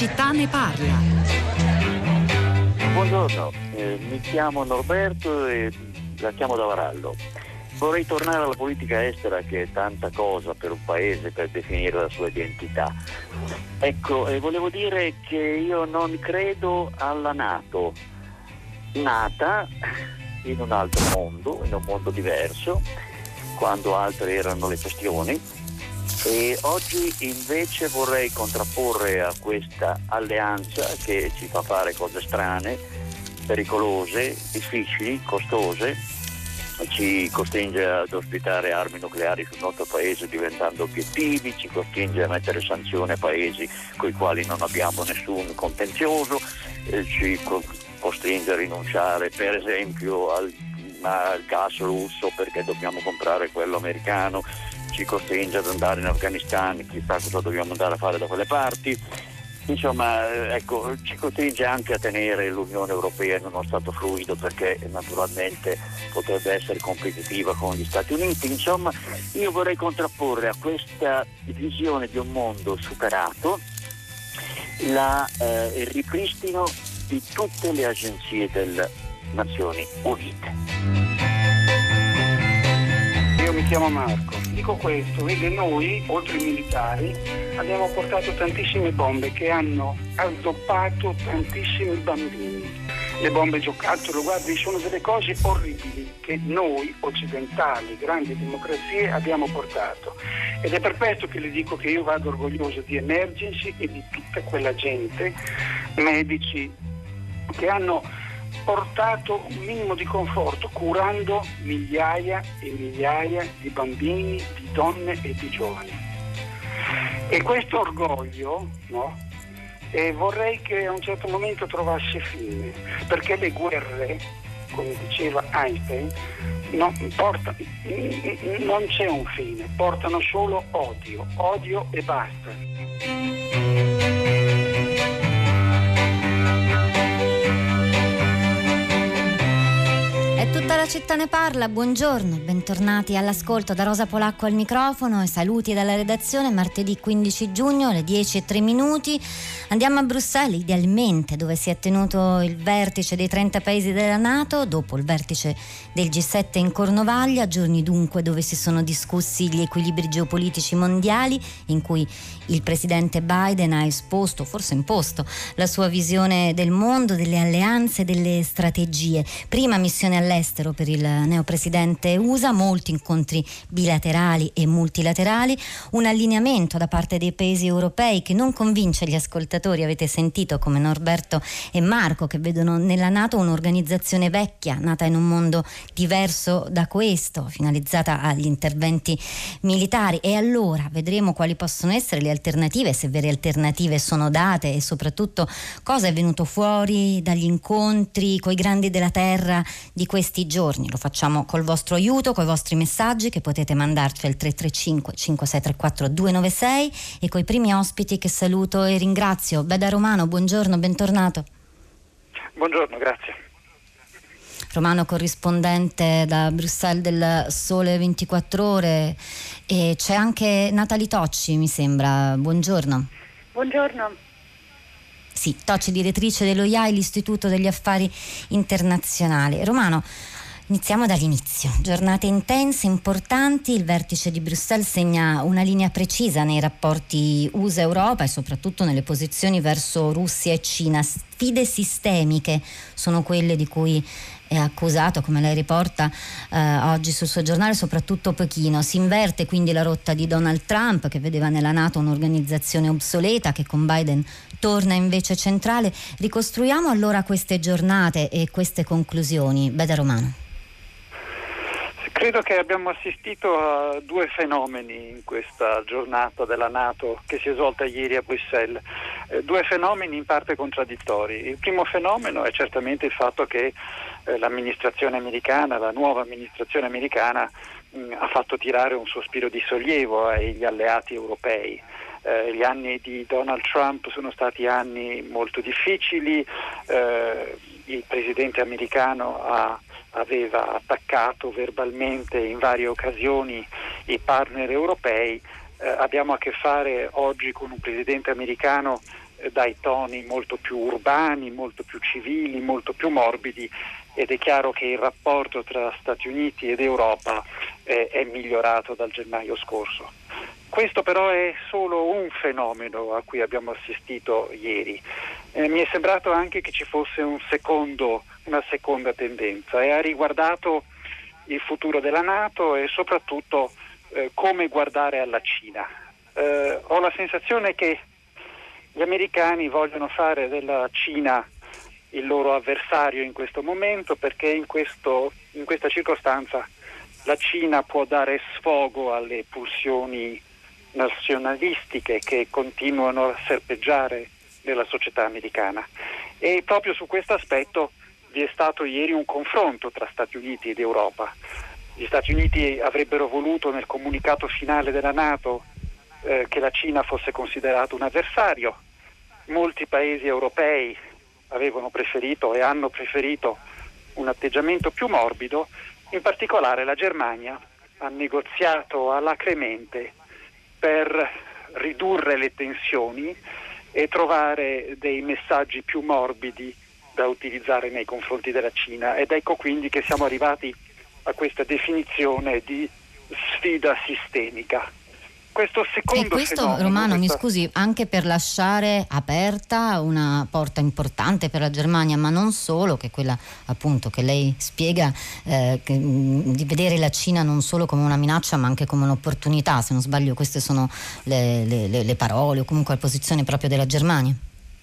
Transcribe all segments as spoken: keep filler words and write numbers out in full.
città ne parla. Buongiorno, eh, mi chiamo Norberto e la chiamo da Varallo. Vorrei tornare alla politica estera, che è tanta cosa per un paese per definire la sua identità. Ecco, eh, volevo dire che io non credo alla NATO, nata in un altro mondo, in un mondo diverso, quando altre erano le questioni, e oggi invece vorrei contrapporre a questa alleanza che ci fa fare cose strane, pericolose, difficili, costose, ci costringe ad ospitare armi nucleari sul nostro paese diventando obiettivi, ci costringe a mettere sanzioni a paesi con i quali non abbiamo nessun contenzioso, eh, ci co- costringe a rinunciare per esempio al, al gas russo perché dobbiamo comprare quello americano, ci costringe ad andare in Afghanistan, chissà cosa dobbiamo andare a fare da quelle parti. Insomma, ecco, ci costringe anche a tenere l'Unione Europea in uno stato fluido perché naturalmente potrebbe essere competitiva con gli Stati Uniti. Insomma, io vorrei contrapporre a questa visione di un mondo superato la, eh, il ripristino di tutte le agenzie delle Nazioni Unite. Io mi chiamo Marco. Dico questo, vede, noi, oltre ai militari, abbiamo portato tantissime bombe che hanno addoppato tantissimi bambini. Le bombe giocattolo, guardi, sono delle cose orribili che noi occidentali, grandi democrazie, abbiamo portato. Ed è per questo che le dico che io vado orgoglioso di Emergency e di tutta quella gente, medici, che hanno portato un minimo di conforto curando migliaia e migliaia di bambini, di donne e di giovani. E questo orgoglio, no? E vorrei che a un certo momento trovasse fine, perché le guerre, come diceva Einstein, non, porta, non c'è un fine, portano solo odio, odio e basta. Tutta la città ne parla, buongiorno, bentornati all'ascolto da Rosa Polacco al microfono e saluti dalla redazione. Martedì quindici giugno alle dieci e tre minuti andiamo a Bruxelles, idealmente dove si è tenuto il vertice dei trenta paesi della NATO dopo il vertice del G sette in Cornovaglia, giorni dunque dove si sono discussi gli equilibri geopolitici mondiali, in cui il presidente Biden ha esposto, forse imposto, la sua visione del mondo, delle alleanze, delle strategie. Prima missione all'estero per il neopresidente U S A, molti incontri bilaterali e multilaterali, un allineamento da parte dei paesi europei che non convince gli ascoltatori, avete sentito, come Norberto e Marco, che vedono nella NATO un'organizzazione vecchia, nata in un mondo diverso da questo, finalizzata agli interventi militari. E allora vedremo quali possono essere le alternative, se vere alternative sono date, e soprattutto cosa è venuto fuori dagli incontri coi grandi della terra di questi giorni. Lo facciamo col vostro aiuto, coi vostri messaggi che potete mandarci al tre tre cinque cinque sei tre quattro due nove sei e coi primi ospiti che saluto e ringrazio. Beda Romano, buongiorno, bentornato. Buongiorno, grazie. Romano, corrispondente da Bruxelles del Sole ventiquattro Ore, e c'è anche Natali Tocci, mi sembra. Buongiorno. Buongiorno. Sì, Tocci, direttrice dello I A I, l'Istituto degli Affari Internazionali. Romano, iniziamo dall'inizio. Giornate intense, importanti, il vertice di Bruxelles segna una linea precisa nei rapporti U S A-Europa e soprattutto nelle posizioni verso Russia e Cina. Sfide sistemiche sono quelle di cui è accusato, come lei riporta eh, oggi sul suo giornale, soprattutto Pechino. Si inverte quindi la rotta di Donald Trump, che vedeva nella NATO un'organizzazione obsoleta, che con Biden torna invece centrale. Ricostruiamo allora queste giornate e queste conclusioni. Beda Romano. Credo che abbiamo assistito a due fenomeni in questa giornata della NATO che si è svolta ieri a Bruxelles, eh, due fenomeni in parte contraddittori. Il primo fenomeno è certamente il fatto che eh, l'amministrazione americana, la nuova amministrazione americana mh, ha fatto tirare un sospiro di sollievo agli alleati europei. Eh, gli anni di Donald Trump sono stati anni molto difficili, eh, il presidente americano ha aveva attaccato verbalmente in varie occasioni i partner europei. Eh, abbiamo a che fare oggi con un presidente americano eh, dai toni molto più urbani, molto più civili, molto più morbidi, ed è chiaro che il rapporto tra Stati Uniti ed Europa eh, è migliorato dal gennaio scorso. Questo però è solo un fenomeno a cui abbiamo assistito ieri. Eh, mi è sembrato anche che ci fosse un secondo, una seconda tendenza, e ha riguardato il futuro della NATO e soprattutto eh, come guardare alla Cina. Eh, ho la sensazione che gli americani vogliono fare della Cina il loro avversario in questo momento, perché in, questo, in questa circostanza la Cina può dare sfogo alle pulsioni nazionalistiche che continuano a serpeggiare nella società americana. E proprio su questo aspetto vi è stato ieri un confronto tra Stati Uniti ed Europa. Gli Stati Uniti avrebbero voluto nel comunicato finale della NATO eh, che la Cina fosse considerata un avversario. Molti paesi europei avevano preferito e hanno preferito un atteggiamento più morbido. In particolare la Germania ha negoziato alacremente per ridurre le tensioni e trovare dei messaggi più morbidi da utilizzare nei confronti della Cina, ed ecco quindi che siamo arrivati a questa definizione di sfida sistemica. Questo secondo e questo, fenomeno, Romano, questa... mi scusi, anche per lasciare aperta una porta importante per la Germania, ma non solo, che è quella appunto che lei spiega, eh, che, mh, di vedere la Cina non solo come una minaccia ma anche come un'opportunità. Se non sbaglio queste sono le, le, le, le parole o comunque la posizione proprio della Germania.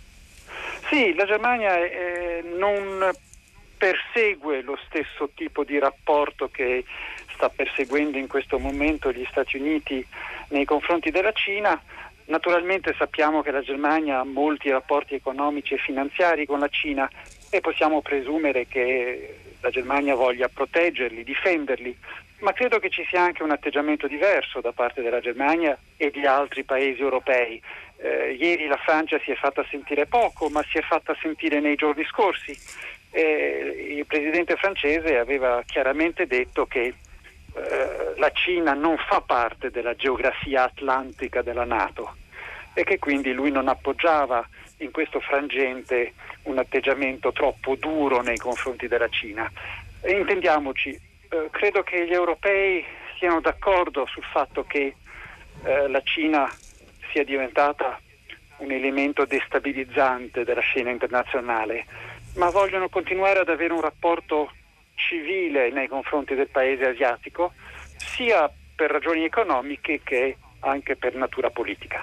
Sì, la Germania eh, non persegue lo stesso tipo di rapporto che sta perseguendo in questo momento gli Stati Uniti nei confronti della Cina. Naturalmente sappiamo che la Germania ha molti rapporti economici e finanziari con la Cina e possiamo presumere che la Germania voglia proteggerli, difenderli, ma credo che ci sia anche un atteggiamento diverso da parte della Germania e di altri paesi europei. Eh, ieri la Francia si è fatta sentire poco, ma si è fatta sentire nei giorni scorsi. Eh, il presidente francese aveva chiaramente detto che eh, la Cina non fa parte della geografia atlantica della NATO e che quindi lui non appoggiava in questo frangente un atteggiamento troppo duro nei confronti della Cina. E intendiamoci, eh, credo che gli europei siano d'accordo sul fatto che eh, la Cina sia diventata un elemento destabilizzante della scena internazionale, ma vogliono continuare ad avere un rapporto civile nei confronti del paese asiatico, sia per ragioni economiche che anche per natura politica.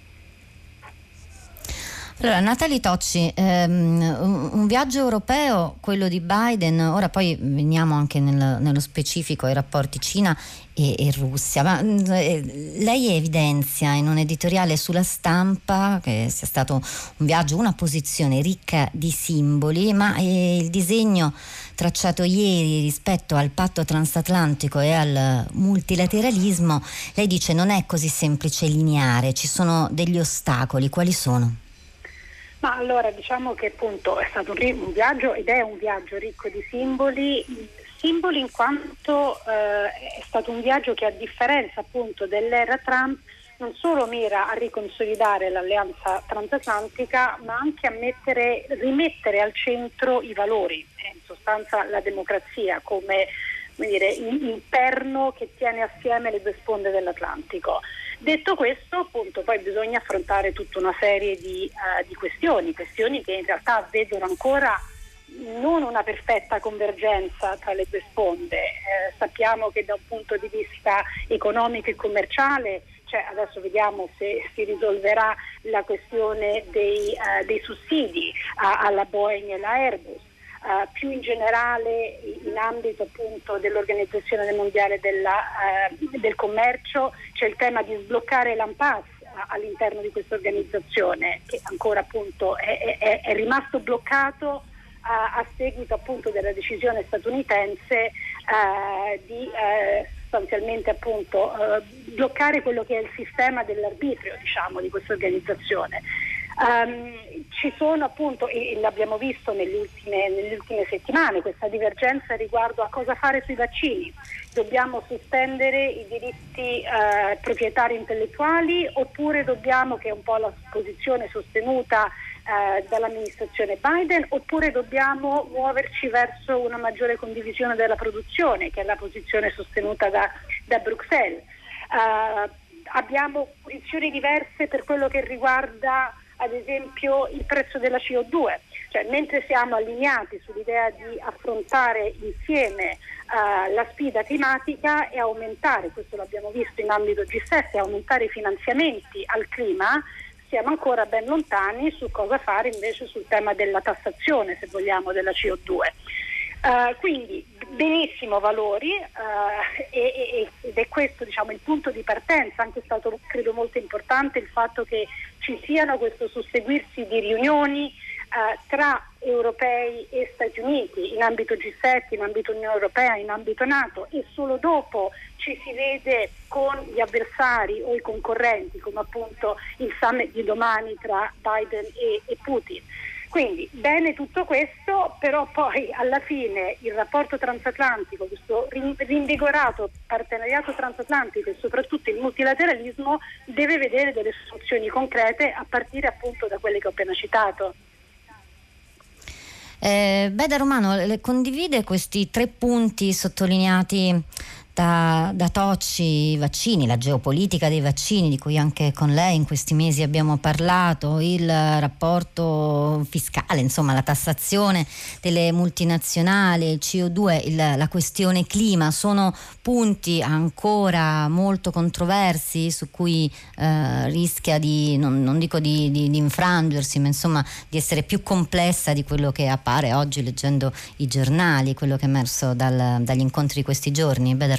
Allora, Natalie Tocci, ehm, un, un viaggio europeo, quello di Biden, ora poi veniamo anche nel, nello specifico ai rapporti Cina e, e Russia, ma eh, lei evidenzia in un editoriale sulla Stampa che sia stato un viaggio, una posizione ricca di simboli, ma eh, il disegno tracciato ieri rispetto al patto transatlantico e al multilateralismo, lei dice non è così semplice e lineare, ci sono degli ostacoli, quali sono? Ma allora diciamo che appunto è stato un viaggio ed è un viaggio ricco di simboli, simboli in quanto eh, è stato un viaggio che, a differenza appunto dell'era Trump, non solo mira a riconsolidare l'alleanza transatlantica, ma anche a mettere, rimettere al centro i valori, in sostanza la democrazia come, come dire, il perno che tiene assieme le due sponde dell'Atlantico. Detto questo, appunto, poi bisogna affrontare tutta una serie di, uh, di questioni, questioni che in realtà vedono ancora non una perfetta convergenza tra le due sponde. Eh, sappiamo che da un punto di vista economico e commerciale, cioè adesso vediamo se si risolverà la questione dei, uh, dei sussidi uh, alla Boeing e alla Airbus. Uh, più in generale in ambito appunto dell'Organizzazione Mondiale della, uh, del Commercio c'è il tema di sbloccare l'Impasse uh, all'interno di questa organizzazione, che ancora appunto è, è, è rimasto bloccato uh, a seguito appunto della decisione statunitense uh, di uh, sostanzialmente appunto uh, bloccare quello che è il sistema dell'arbitrio, diciamo, di questa organizzazione. Um, ci sono appunto, e l'abbiamo visto nelle ultime, nelle ultime settimane, questa divergenza riguardo a cosa fare sui vaccini. dobbiamo sospendere i diritti eh, proprietari intellettuali, oppure dobbiamo, che è un po' la posizione sostenuta eh, dall'amministrazione Biden, oppure dobbiamo muoverci verso una maggiore condivisione della produzione, che è la posizione sostenuta da, da Bruxelles. Uh, abbiamo posizioni diverse per quello che riguarda ad esempio il prezzo della C O due, cioè mentre siamo allineati sull'idea di affrontare insieme uh, la sfida climatica e aumentare, questo l'abbiamo visto in ambito G sette, aumentare i finanziamenti al clima, siamo ancora ben lontani su cosa fare invece sul tema della tassazione, se vogliamo, della C O due. Uh, quindi benissimo valori uh, e, e, ed è questo, diciamo, il punto di partenza. Anche è stato, credo, molto importante il fatto che ci siano questo susseguirsi di riunioni uh, tra europei e Stati Uniti in ambito G sette, in ambito Unione Europea, in ambito NATO, e solo dopo ci si vede con gli avversari o i concorrenti, come appunto il summit di domani tra Biden e, e Putin. Quindi bene tutto questo, però poi alla fine il rapporto transatlantico, questo rinvigorato partenariato transatlantico e soprattutto il multilateralismo deve vedere delle soluzioni concrete a partire appunto da quelle che ho appena citato. Eh, Beda Romano condivide questi tre punti sottolineati Da, da Tocci, i vaccini, la geopolitica dei vaccini di cui anche con lei in questi mesi abbiamo parlato, il rapporto fiscale, insomma la tassazione delle multinazionali, il C O due, il, la questione clima, sono punti ancora molto controversi su cui eh, rischia di, non, non dico di, di, di infrangersi, ma insomma di essere più complessa di quello che appare oggi leggendo i giornali, quello che è emerso dal, dagli incontri di questi giorni. Beda Romano.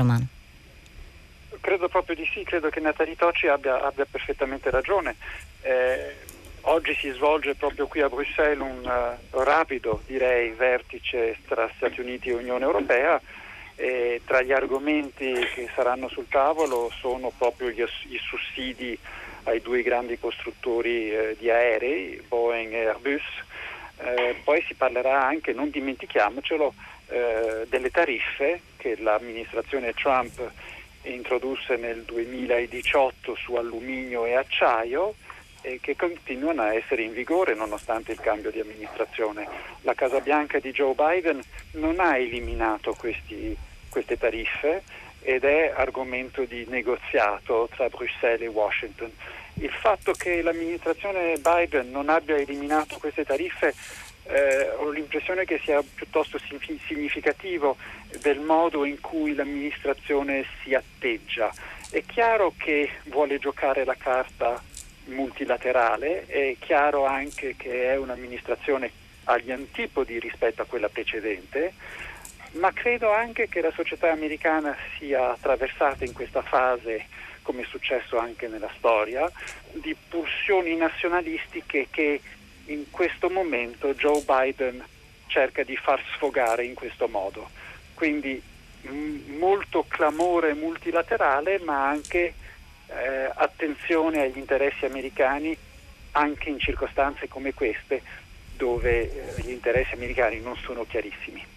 Credo proprio di sì, credo che Nathalie Tocci abbia, abbia perfettamente ragione. Eh, oggi si svolge proprio qui a Bruxelles un uh, rapido, direi, vertice tra Stati Uniti e Unione Europea, e tra gli argomenti che saranno sul tavolo sono proprio gli, i sussidi ai due grandi costruttori eh, di aerei, Boeing e Airbus. Eh, poi si parlerà anche, non dimentichiamocelo, eh, delle tariffe che l'amministrazione Trump introdusse nel duemiladiciotto su alluminio e acciaio e che continuano a essere in vigore nonostante il cambio di amministrazione. La Casa Bianca di Joe Biden non ha eliminato questi, queste tariffe ed è argomento di negoziato tra Bruxelles e Washington. Il fatto che l'amministrazione Biden non abbia eliminato queste tariffe eh, ho l'impressione che sia piuttosto significativo del modo in cui l'amministrazione si atteggia. È chiaro che vuole giocare la carta multilaterale, è chiaro anche che è un'amministrazione agli antipodi rispetto a quella precedente, ma credo anche che la società americana sia attraversata in questa fase, come è successo anche nella storia, di pulsioni nazionalistiche che in questo momento Joe Biden cerca di far sfogare in questo modo. Quindi m- molto clamore multilaterale, ma anche eh, attenzione agli interessi americani anche in circostanze come queste, dove eh, gli interessi americani non sono chiarissimi.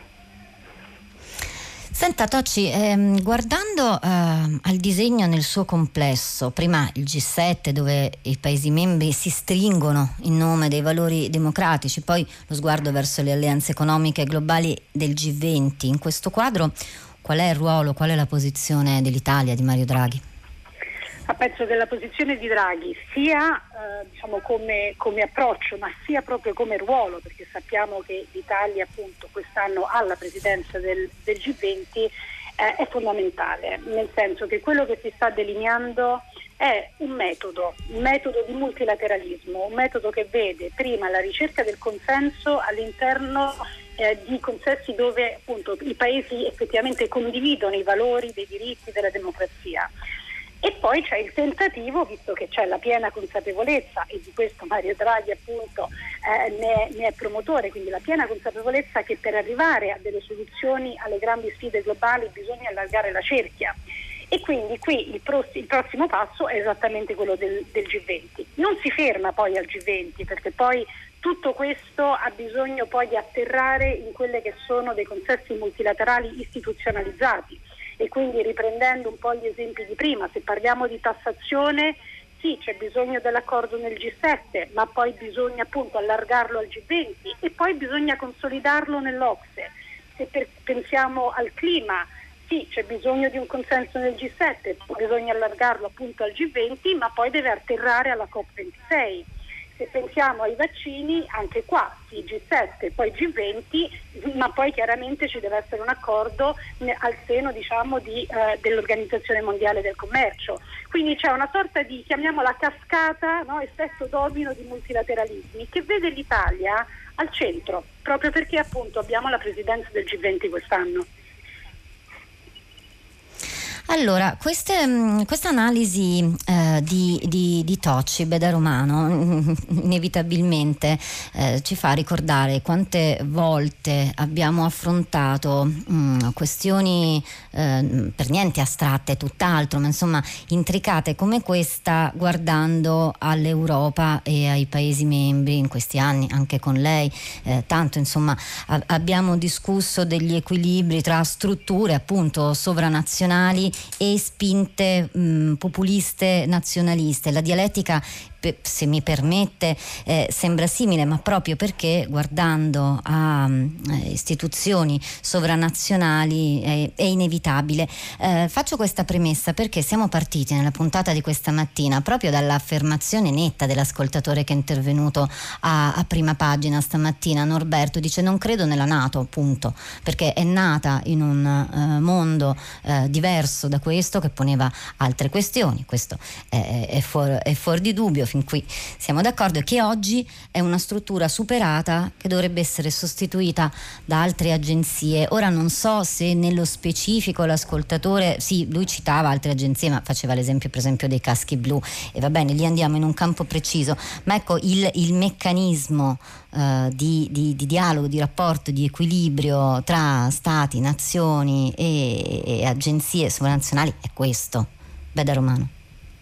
Senta Tocci, ehm, guardando ehm, al disegno nel suo complesso, prima il G sette dove i Paesi membri si stringono in nome dei valori democratici, poi lo sguardo verso le alleanze economiche globali del G venti, in questo quadro qual è il ruolo, qual è la posizione dell'Italia, di Mario Draghi? Ma penso che la posizione di Draghi sia eh, diciamo come, come approccio, ma sia proprio come ruolo, perché sappiamo che l'Italia appunto quest'anno ha la presidenza del, del G venti, eh, è fondamentale, nel senso che quello che si sta delineando è un metodo, un metodo di multilateralismo, un metodo che vede prima la ricerca del consenso all'interno eh, di consessi dove appunto i paesi effettivamente condividono i valori dei diritti della democrazia. E poi c'è il tentativo, visto che c'è la piena consapevolezza, e di questo Mario Draghi appunto eh, ne, è, ne è promotore, quindi la piena consapevolezza che per arrivare a delle soluzioni alle grandi sfide globali bisogna allargare la cerchia. E quindi qui il, pro, il prossimo passo è esattamente quello del, del G venti. Non si ferma poi al G venti, perché poi tutto questo ha bisogno poi di atterrare in quelle che sono dei consessi multilaterali istituzionalizzati. E quindi, riprendendo un po' gli esempi di prima, se parliamo di tassazione, sì, c'è bisogno dell'accordo nel G sette, ma poi bisogna appunto allargarlo al G venti e poi bisogna consolidarlo nell'Ocse. Se per, pensiamo al clima, sì, c'è bisogno di un consenso nel G sette, bisogna allargarlo appunto al G venti, ma poi deve atterrare alla COP ventisei. Se pensiamo ai vaccini, anche qua sì, G sette, poi G venti, ma poi chiaramente ci deve essere un accordo al seno, diciamo, di, eh, dell'Organizzazione Mondiale del Commercio. Quindi c'è una sorta di, chiamiamola cascata, no, effetto domino di multilateralismi che vede l'Italia al centro, proprio perché appunto abbiamo la presidenza del G venti quest'anno. Allora, queste, questa analisi eh, di, di, di Tocci, Beda Romano, inevitabilmente eh, ci fa ricordare quante volte abbiamo affrontato mh, questioni eh, per niente astratte, tutt'altro, ma insomma intricate come questa, guardando all'Europa e ai Paesi membri in questi anni, anche con lei. Eh, tanto insomma a- abbiamo discusso degli equilibri tra strutture appunto sovranazionali e spinte mh, populiste nazionaliste. La dialettica, se mi permette, eh, sembra simile, ma proprio perché guardando a eh, istituzioni sovranazionali è, è inevitabile. Eh, faccio questa premessa perché siamo partiti nella puntata di questa mattina proprio dall'affermazione netta dell'ascoltatore che è intervenuto a, a prima pagina stamattina. Norberto dice: non credo nella NATO, punto, perché è nata in un uh, mondo uh, diverso da questo, che poneva altre questioni. Questo è, è, fuor, è fuor di dubbio, fin qui siamo d'accordo, e che oggi è una struttura superata che dovrebbe essere sostituita da altre agenzie. Ora non so se nello specifico l'ascoltatore, sì, lui citava altre agenzie, ma faceva l'esempio per esempio dei caschi blu, e va bene, lì andiamo in un campo preciso, ma ecco il, il meccanismo uh, di, di, di dialogo, di rapporto, di equilibrio tra stati, nazioni e, e agenzie sovranazionali è questo. Beda Romano.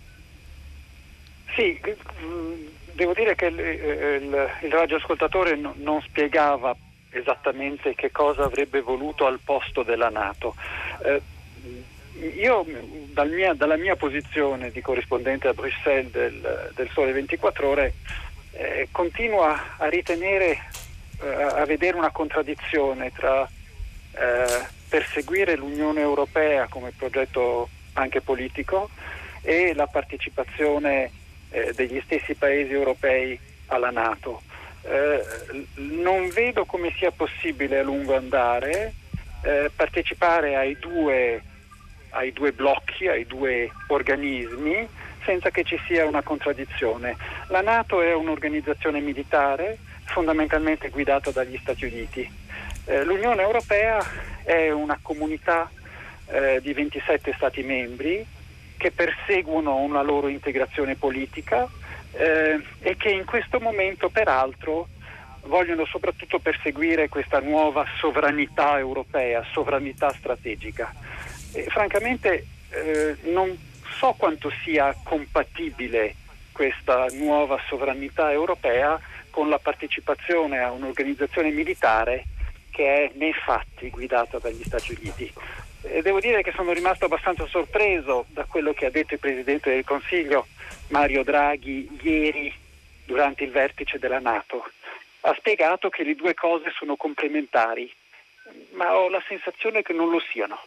Sì, devo dire che il, il, il radioascoltatore no, non spiegava esattamente che cosa avrebbe voluto al posto della NATO. Eh, io dal mia, dalla mia posizione di corrispondente a Bruxelles del, del Sole ventiquattro Ore eh, continuo a, a ritenere, eh, a vedere una contraddizione tra eh, perseguire l'Unione Europea come progetto anche politico e la partecipazione Eh, degli stessi paesi europei alla NATO. Eh, non vedo come sia possibile a lungo andare eh, partecipare ai due, ai due blocchi, ai due organismi, senza che ci sia una contraddizione. La NATO è un'organizzazione militare fondamentalmente guidata dagli Stati Uniti. Eh, L'Unione Europea è una comunità eh, di ventisette Stati membri che perseguono una loro integrazione politica eh, e che in questo momento peraltro vogliono soprattutto perseguire questa nuova sovranità europea, sovranità strategica. E, francamente eh, non so quanto sia compatibile questa nuova sovranità europea con la partecipazione a un'organizzazione militare che è nei fatti guidata dagli Stati Uniti. E devo dire che sono rimasto abbastanza sorpreso da quello che ha detto il Presidente del Consiglio Mario Draghi ieri durante il vertice della NATO. Ha spiegato che le due cose sono complementari, ma ho la sensazione che non lo siano.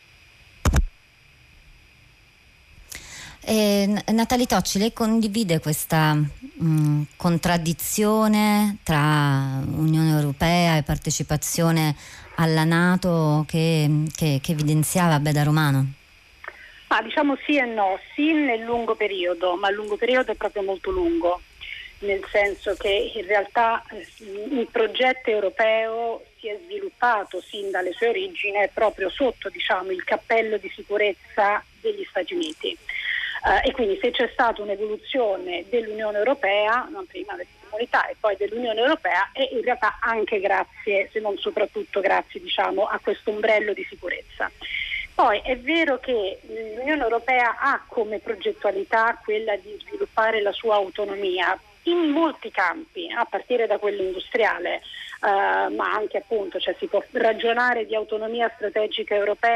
Eh, Natalie Tocci, lei condivide questa mh, contraddizione tra Unione Europea e partecipazione alla NATO che, che, che evidenziava Beda Romano? Ah, diciamo sì e no, sì nel lungo periodo, ma il lungo periodo è proprio molto lungo, nel senso che in realtà eh, il progetto europeo si è sviluppato sin dalle sue origini proprio sotto, diciamo, il cappello di sicurezza degli Stati Uniti. Uh, e quindi se c'è stata un'evoluzione dell'Unione Europea, non prima della Comunità e poi dell'Unione Europea, è in realtà anche grazie, se non soprattutto grazie, diciamo, a questo ombrello di sicurezza. Poi è vero che l'Unione Europea ha come progettualità quella di sviluppare la sua autonomia in molti campi, a partire da quello industriale, uh, ma anche appunto, cioè si può ragionare di autonomia strategica europea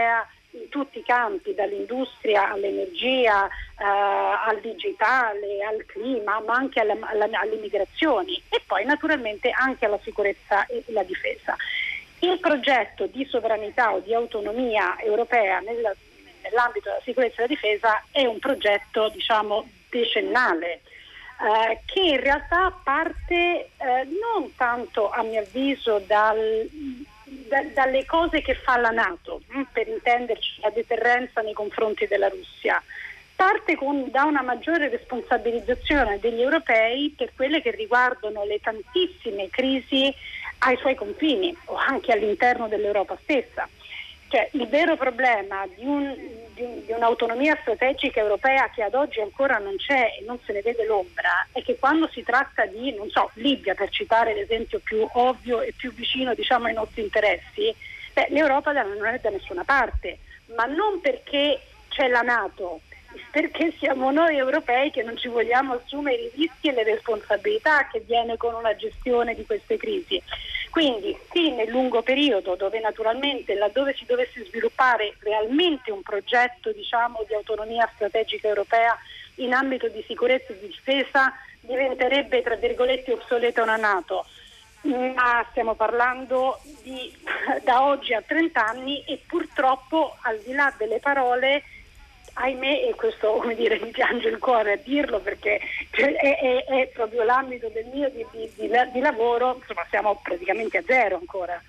in tutti i campi, dall'industria all'energia, eh, al digitale, al clima, ma anche alla, alla, alle migrazioni e poi naturalmente anche alla sicurezza e la difesa. Il progetto di sovranità o di autonomia europea nella, nell'ambito della sicurezza e della difesa è un progetto, diciamo, decennale, eh, che in realtà parte eh, non tanto, a mio avviso, dal Da, dalle cose che fa la NATO, mh, per intenderci la deterrenza nei confronti della Russia, parte con, da una maggiore responsabilizzazione degli europei per quelle che riguardano le tantissime crisi ai suoi confini o anche all'interno dell'Europa stessa. Cioè, il vero problema di, un, di, un, di un'autonomia strategica europea che ad oggi ancora non c'è e non se ne vede l'ombra è che quando si tratta di, non so, Libia, per citare l'esempio più ovvio e più vicino, diciamo, ai nostri interessi, beh, l'Europa non è da nessuna parte, ma non perché c'è la NATO, perché siamo noi europei che non ci vogliamo assumere i rischi e le responsabilità che viene con una gestione di queste crisi. Quindi sì, nel lungo periodo, dove naturalmente laddove si dovesse sviluppare realmente un progetto, diciamo, di autonomia strategica europea in ambito di sicurezza e di difesa, diventerebbe, tra virgolette, obsoleta una NATO. Ma stiamo parlando di da oggi a trenta anni e purtroppo, al di là delle parole, ahimè, e questo, come dire, mi piange il cuore a dirlo perché è, è, è proprio l'ambito del mio di, di, di, di lavoro, insomma siamo praticamente a zero ancora.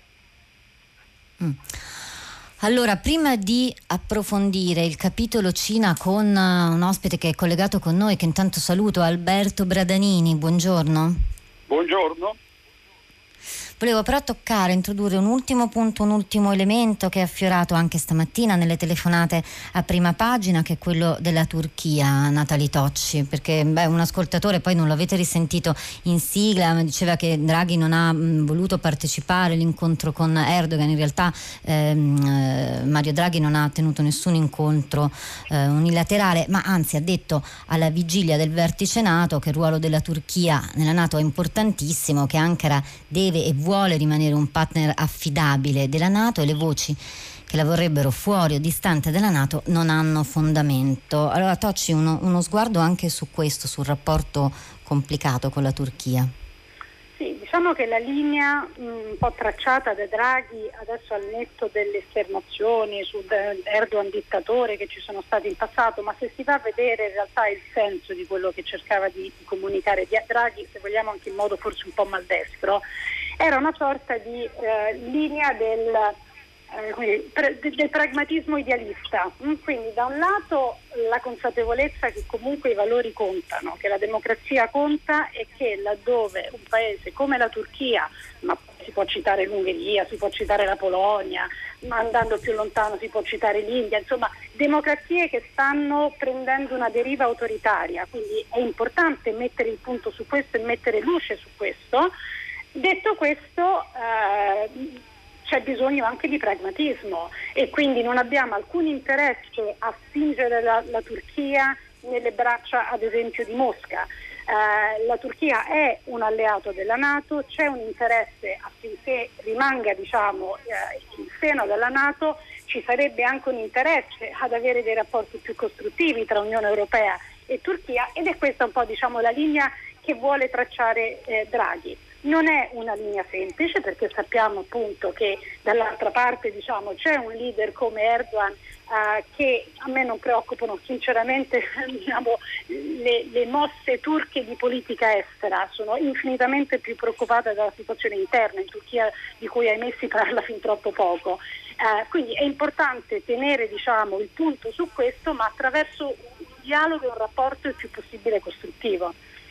Mm. Allora, prima di approfondire il capitolo Cina con uh, un ospite che è collegato con noi, che intanto saluto, Alberto Bradanini, buongiorno. Buongiorno. Volevo però toccare, introdurre un ultimo punto, un ultimo elemento che è affiorato anche stamattina nelle telefonate a prima pagina, che è quello della Turchia, Natali Tocci, perché beh, un ascoltatore, poi non l'avete risentito in sigla, ma diceva che Draghi non ha mh, voluto partecipare all'incontro con Erdogan. In realtà ehm, eh, Mario Draghi non ha tenuto nessun incontro eh, unilaterale, ma anzi ha detto alla vigilia del vertice NATO che il ruolo della Turchia nella NATO è importantissimo, che Ankara deve e vuole rimanere un partner affidabile della NATO e le voci che la vorrebbero fuori o distante dalla NATO non hanno fondamento. Allora Tocci, uno, uno sguardo anche su questo, sul rapporto complicato con la Turchia. Sì, diciamo che la linea mh, un po' tracciata da Draghi adesso al netto delle esternazioni su Erdogan dittatore che ci sono state in passato, ma se si va a vedere in realtà il senso di quello che cercava di, di comunicare Draghi, se vogliamo anche in modo forse un po' maldestro, era una sorta di eh, linea del, eh, pre, del pragmatismo idealista. Quindi da un lato la consapevolezza che comunque i valori contano, che la democrazia conta e che laddove un paese come la Turchia, ma si può citare l'Ungheria, si può citare la Polonia, ma andando più lontano si può citare l'India, insomma democrazie che stanno prendendo una deriva autoritaria, quindi è importante mettere il punto su questo e mettere luce su questo. Detto questo, eh, c'è bisogno anche di pragmatismo e quindi non abbiamo alcun interesse a spingere la, la Turchia nelle braccia, ad esempio, di Mosca. Eh, la Turchia è un alleato della NATO, c'è un interesse affinché rimanga, diciamo, eh, in seno della NATO, ci sarebbe anche un interesse ad avere dei rapporti più costruttivi tra Unione Europea e Turchia ed è questa un po', diciamo, la linea che vuole tracciare eh, Draghi. Non è una linea semplice perché sappiamo appunto che dall'altra parte, diciamo, c'è un leader come Erdogan eh, che a me non preoccupano sinceramente diciamo, le, le mosse turche di politica estera, sono infinitamente più preoccupata dalla situazione interna in Turchia di cui ahimè si parla fin troppo poco. Eh, quindi è importante tenere, diciamo, il punto su questo, ma attraverso un dialogo e un rapporto il più possibile costruttivo.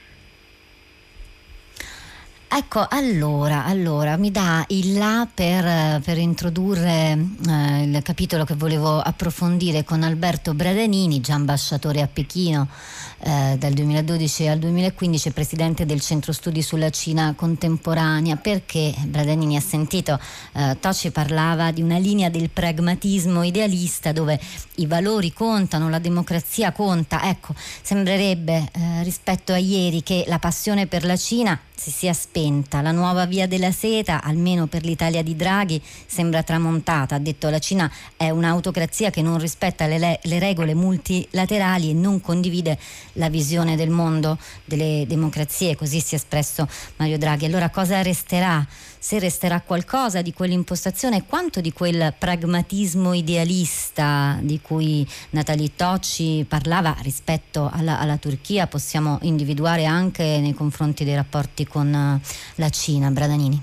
Ecco, allora, allora mi dà il là per, per introdurre eh, il capitolo che volevo approfondire con Alberto Bradanini, già ambasciatore a Pechino eh, dal duemiladodici al duemilaquindici, presidente del Centro Studi sulla Cina Contemporanea. Perché Bradanini ha sentito, eh, Tocci parlava di una linea del pragmatismo idealista dove i valori contano, la democrazia conta. Ecco, sembrerebbe eh, rispetto a ieri che la passione per la Cina si sia spenta lenta. La nuova via della seta, almeno per l'Italia di Draghi, sembra tramontata. Ha detto la Cina è un'autocrazia che non rispetta le, le, le regole multilaterali e non condivide la visione del mondo delle democrazie, così si è espresso Mario Draghi. Allora cosa resterà? Se resterà qualcosa di quell'impostazione e quanto di quel pragmatismo idealista di cui Nathalie Tocci parlava rispetto alla, alla Turchia possiamo individuare anche nei confronti dei rapporti con la Cina. Bradanini.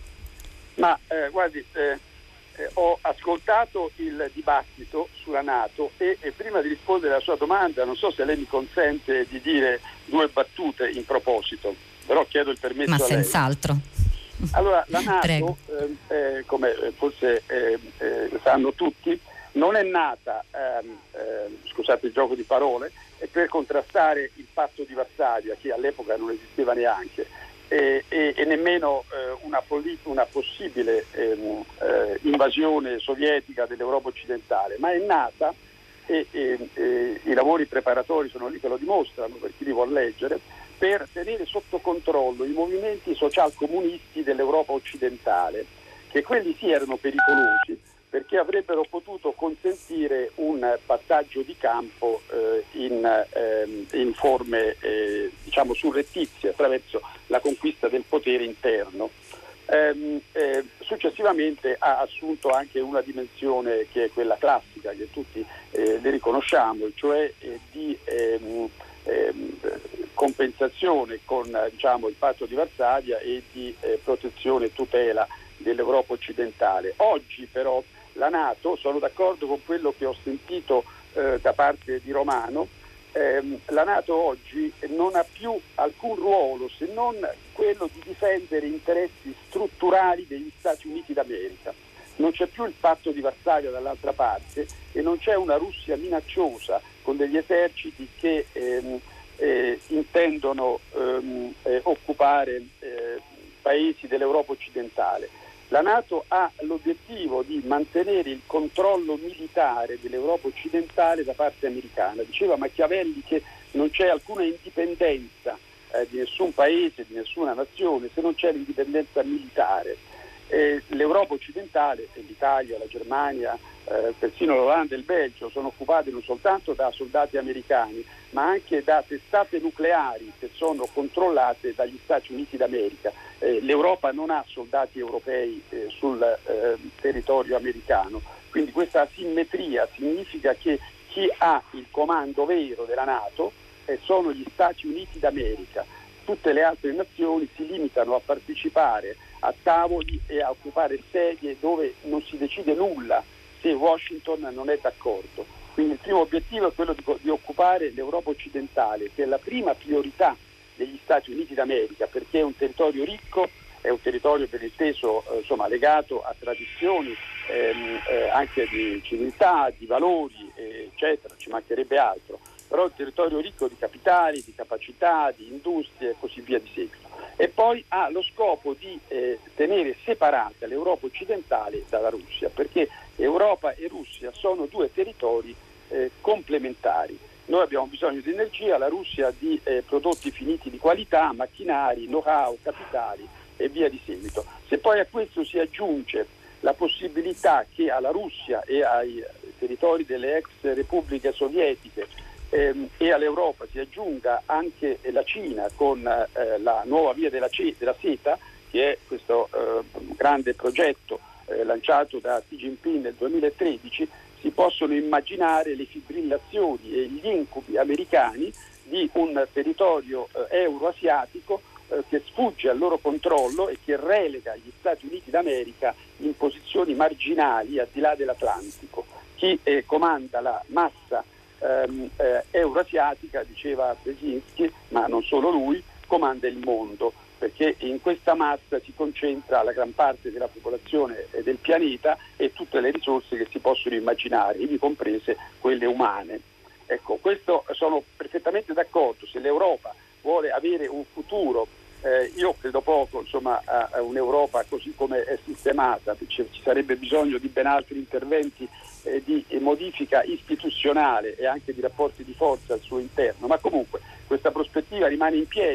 Ma eh, guardi, eh, eh, ho ascoltato il dibattito sulla NATO e, e prima di rispondere alla sua domanda non so se lei mi consente di dire due battute in proposito, però chiedo il permesso Ma a lei. senz'altro. Allora, la NATO, eh, eh, come forse eh, eh, sanno tutti, non è nata, ehm, eh, scusate il gioco di parole, per contrastare il patto di Varsavia, che all'epoca non esisteva neanche, e, e, e nemmeno eh, una, poli- una possibile ehm, eh, invasione sovietica dell'Europa occidentale, ma è nata, e, e, e i lavori preparatori sono lì che lo dimostrano, per chi li vuol leggere, per tenere sotto controllo i movimenti social-comunisti dell'Europa occidentale, che quelli sì erano pericolosi perché avrebbero potuto consentire un passaggio di campo eh, in, ehm, in forme eh, diciamo surrettizie attraverso la conquista del potere interno. Ehm, eh, successivamente ha assunto anche una dimensione che è quella classica, che tutti eh, le riconosciamo, cioè eh, di ehm, ehm, compensazione con diciamo, il patto di Varsavia e di eh, protezione e tutela dell'Europa occidentale. Oggi però la NATO, sono d'accordo con quello che ho sentito eh, da parte di Romano, ehm, la NATO oggi non ha più alcun ruolo se non quello di difendere interessi strutturali degli Stati Uniti d'America. Non c'è più il patto di Varsavia dall'altra parte e non c'è una Russia minacciosa con degli eserciti che ehm, eh, intendono ehm, eh, occupare eh, paesi dell'Europa occidentale. La NATO ha l'obiettivo di mantenere il controllo militare dell'Europa occidentale da parte americana. Diceva Machiavelli che non c'è alcuna indipendenza eh, di nessun paese, di nessuna nazione, se non c'è l'indipendenza militare. Eh, L'Europa occidentale, l'Italia, la Germania, eh, persino l'Olanda e il Belgio sono occupate non soltanto da soldati americani, ma anche da testate nucleari che sono controllate dagli Stati Uniti d'America. Eh, L'Europa non ha soldati europei eh, sul eh, territorio americano, quindi questa asimmetria significa che chi ha il comando vero della NATO eh, sono gli Stati Uniti d'America. Tutte le altre nazioni si limitano a partecipare a tavoli e a occupare sedie dove non si decide nulla se Washington non è d'accordo. Quindi il primo obiettivo è quello di, di occupare l'Europa occidentale, che è la prima priorità degli Stati Uniti d'America, perché è un territorio ricco, è un territorio per inteso eh, insomma, legato a tradizioni ehm, eh, anche di civiltà, di valori, eh, eccetera, ci mancherebbe altro. Però è un territorio ricco di capitali, di capacità, di industrie e così via di seguito. E poi ha lo scopo di eh, tenere separata l'Europa occidentale dalla Russia, perché Europa e Russia sono due territori eh, complementari. Noi abbiamo bisogno di energia, la Russia di eh, prodotti finiti di qualità, macchinari, know-how, capitali e via di seguito. Se poi a questo si aggiunge la possibilità che alla Russia e ai territori delle ex repubbliche sovietiche ehm, e all'Europa si aggiunga anche la Cina con eh, la nuova via della, C- della seta, che è questo eh, grande progetto eh, lanciato da Xi Jinping nel duemilatredici, si possono immaginare le fibrillazioni e gli incubi americani di un territorio eh, euroasiatico eh, che sfugge al loro controllo e che relega gli Stati Uniti d'America in posizioni marginali al di là dell'Atlantico. Chi eh, comanda la massa ehm, eh, euroasiatica, diceva Brzezinski, ma non solo lui, comanda il mondo, perché in questa massa si concentra la gran parte della popolazione del pianeta e tutte le risorse che si possono immaginare, ivi comprese quelle umane. Ecco, questo sono perfettamente d'accordo. Se l'Europa vuole avere un futuro, eh, io credo poco insomma, a, a un'Europa così come è sistemata, ci, ci sarebbe bisogno di ben altri interventi eh, di modifica istituzionale e anche di rapporti di forza al suo interno, ma comunque questa prospettiva rimane in piedi.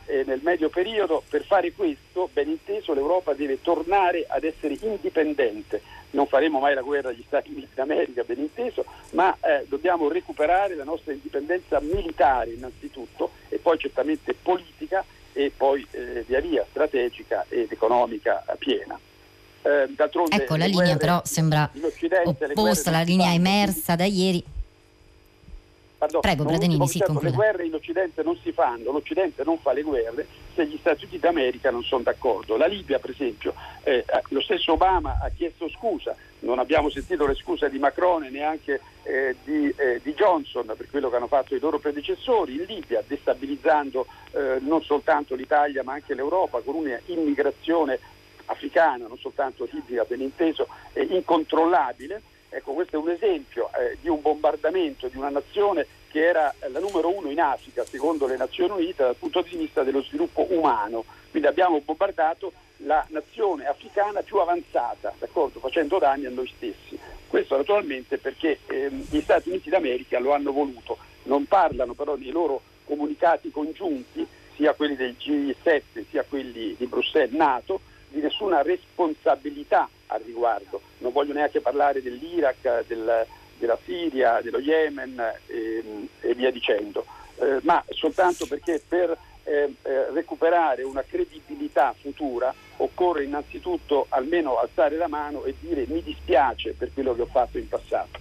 eh, nel medio periodo. Per fare questo, ben inteso, l'Europa deve tornare ad essere indipendente. Non faremo mai la guerra agli Stati Uniti d'America, ben inteso, ma eh, dobbiamo recuperare la nostra indipendenza militare innanzitutto, e poi certamente politica, e poi eh, via via strategica ed economica piena. Eh, d'altronde, ecco, la linea guerre, però sembra opposta alla linea emersa da ieri. Pardon, Prego, Bradanini, sì, certo, le guerre in Occidente non si fanno, l'Occidente non fa le guerre se gli Stati Uniti d'America non sono d'accordo. La Libia, per esempio, eh, lo stesso Obama ha chiesto scusa, non abbiamo sentito le scuse di Macron e neanche eh, di, eh, di Johnson per quello che hanno fatto i loro predecessori in Libia, destabilizzando eh, non soltanto l'Italia ma anche l'Europa con un'immigrazione africana, non soltanto libica, ben inteso, eh, incontrollabile. Ecco, questo è un esempio eh, di un bombardamento di una nazione che era eh, la numero uno in Africa, secondo le Nazioni Unite, dal punto di vista dello sviluppo umano. Quindi abbiamo bombardato la nazione africana più avanzata, d'accordo, facendo danni a noi stessi. Questo naturalmente perché eh, gli Stati Uniti d'America lo hanno voluto. Non parlano però nei loro comunicati congiunti, sia quelli del G sette sia quelli di Bruxelles NATO, di nessuna responsabilità al riguardo. Non voglio neanche parlare dell'Iraq, del, della Siria, dello Yemen e, e via dicendo, eh, ma soltanto perché per eh, eh, recuperare una credibilità futura occorre innanzitutto almeno alzare la mano e dire mi dispiace per quello che ho fatto in passato.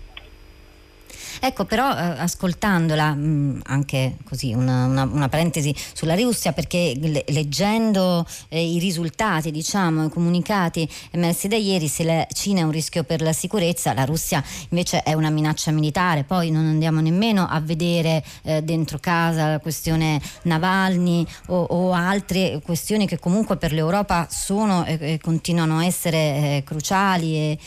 Ecco, però eh, ascoltandola, mh, anche così una, una, una parentesi sulla Russia, perché le, leggendo eh, i risultati, diciamo, i comunicati emersi da ieri, se la Cina è un rischio per la sicurezza, la Russia invece è una minaccia militare. Poi non andiamo nemmeno a vedere eh, dentro casa la questione Navalny o, o altre questioni che comunque per l'Europa sono e, e continuano a essere eh, cruciali e,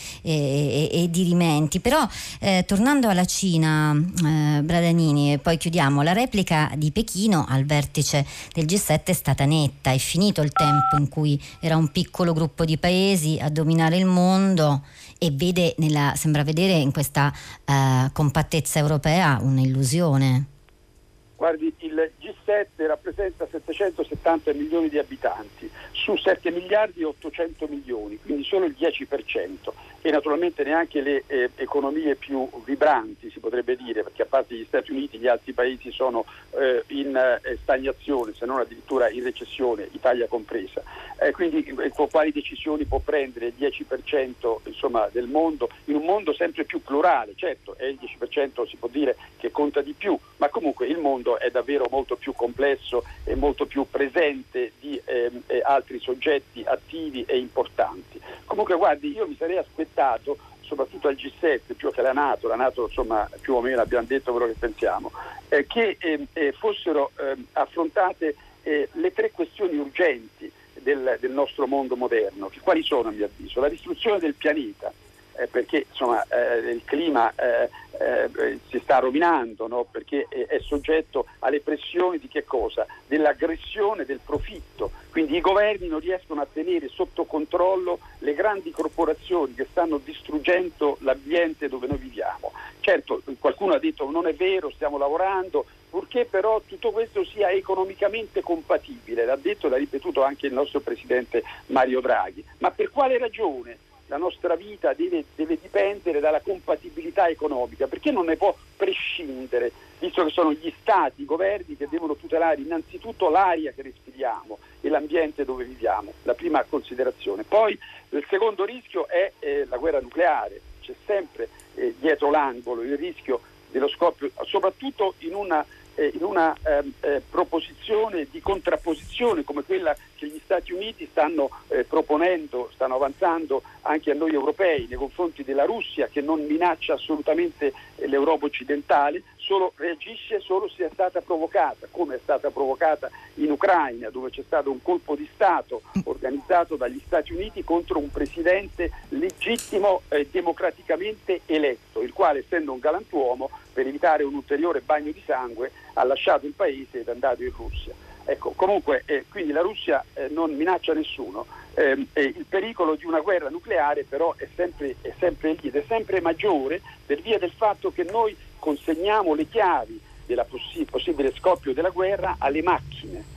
e, e, e dirimenti. Però eh, tornando alla Cina, Eh, Bradanini, e poi chiudiamo, la replica di Pechino al vertice del G sette è stata netta. È finito il tempo in cui era un piccolo gruppo di paesi a dominare il mondo, e vede nella, sembra vedere in questa eh, compattezza europea un'illusione. Guardi, il G sette rappresenta settecentosettanta milioni di abitanti su sette miliardi e ottocento milioni, quindi solo il dieci per cento, e naturalmente neanche le eh, economie più vibranti, si potrebbe dire, perché a parte gli Stati Uniti gli altri paesi sono eh, in eh, stagnazione, se non addirittura in recessione, Italia compresa. Eh, quindi eh, quali decisioni può prendere il dieci per cento insomma, del mondo, in un mondo sempre più plurale? Certo, è il dieci per cento, si può dire che conta di più, ma comunque il mondo è davvero molto più complesso e molto più presente di eh, eh, altri soggetti attivi e importanti. Comunque guardi, io mi sarei aspettato, soprattutto al G sette, più che alla NATO, la NATO insomma più o meno abbiamo detto quello che pensiamo, eh, che eh, eh, fossero eh, affrontate eh, le tre questioni urgenti del, del nostro mondo moderno, che quali sono a mio avviso? La distruzione del pianeta, eh, perché insomma eh, il clima eh, eh, si sta rovinando, no? Perché è, è soggetto alle pressioni di che cosa? Dell'aggressione, del profitto. Quindi i governi non riescono a tenere sotto controllo le grandi corporazioni che stanno distruggendo l'ambiente dove noi viviamo. Certo, qualcuno ha detto non è vero, stiamo lavorando, purché però tutto questo sia economicamente compatibile, l'ha detto e l'ha ripetuto anche il nostro presidente Mario Draghi. Ma per quale ragione la nostra vita deve, deve dipendere dalla compatibilità economica? Perché non ne può prescindere, visto che sono gli stati, i governi che devono tutelare innanzitutto l'aria che respiriamo e l'ambiente dove viviamo, la prima considerazione. Poi il secondo rischio è eh, la guerra nucleare. C'è sempre eh, dietro l'angolo il rischio dello scoppio, soprattutto in una, eh, in una eh, eh, proposizione di contrapposizione come quella che gli Stati Uniti stanno eh, proponendo, stanno avanzando anche a noi europei nei confronti della Russia, che non minaccia assolutamente eh, l'Europa occidentale, solo reagisce solo se è stata provocata, come è stata provocata in Ucraina, dove c'è stato un colpo di Stato organizzato dagli Stati Uniti contro un presidente legittimo e eh, democraticamente eletto, il quale, essendo un galantuomo, per evitare un ulteriore bagno di sangue ha lasciato il paese ed è andato in Russia. Ecco, comunque eh, quindi la Russia eh, non minaccia nessuno, eh, eh, il pericolo di una guerra nucleare però è sempre, è sempre lì ed è sempre maggiore per via del fatto che noi consegniamo le chiavi del possi- possibile scoppio della guerra alle macchine.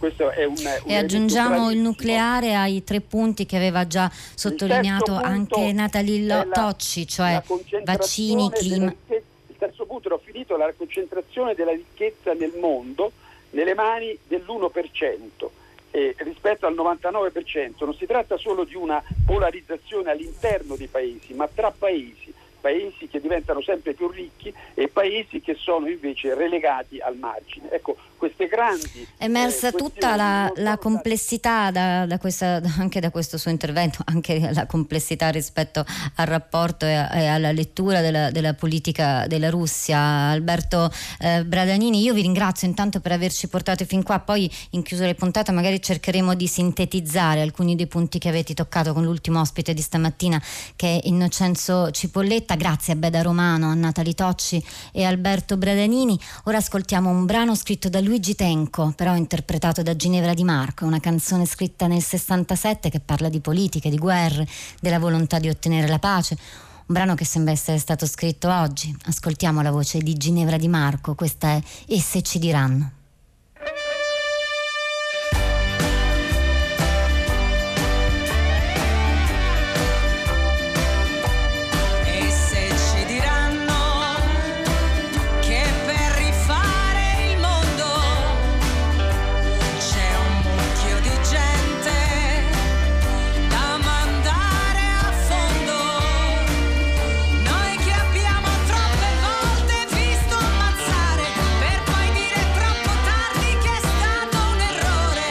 questo è un, un e aggiungiamo il nucleare ai tre punti che aveva già sottolineato anche Natalie Tocci, cioè vaccini, clima. Il terzo punto, l'ho finito, la concentrazione della ricchezza nel mondo nelle mani dell'uno per cento. Eh, rispetto al novantanove per cento. Non si tratta solo di una polarizzazione all'interno dei paesi, ma tra paesi, paesi che diventano sempre più ricchi e paesi che sono invece relegati al margine. Ecco, queste grandi... È emersa eh, tutta la, la complessità da, da questa, anche da questo suo intervento, anche la complessità rispetto al rapporto e, a, e alla lettura della, della politica della Russia. Alberto eh, Bradanini, io vi ringrazio intanto per averci portato fin qua, poi in chiusura di puntata magari cercheremo di sintetizzare alcuni dei punti che avete toccato con l'ultimo ospite di stamattina, che è Innocenzo Cipolletta. Grazie a Beda Romano, a Natalie Tocci e Alberto Bradanini. Ora ascoltiamo un brano scritto da Luigi Tenco, però interpretato da Ginevra Di Marco, una canzone scritta nel sessantasette che parla di politiche, di guerre, della volontà di ottenere la pace. Un brano che sembra essere stato scritto oggi. Ascoltiamo la voce di Ginevra Di Marco, questa è E se ci diranno. Per poi dire troppo tardi che è stato un errore.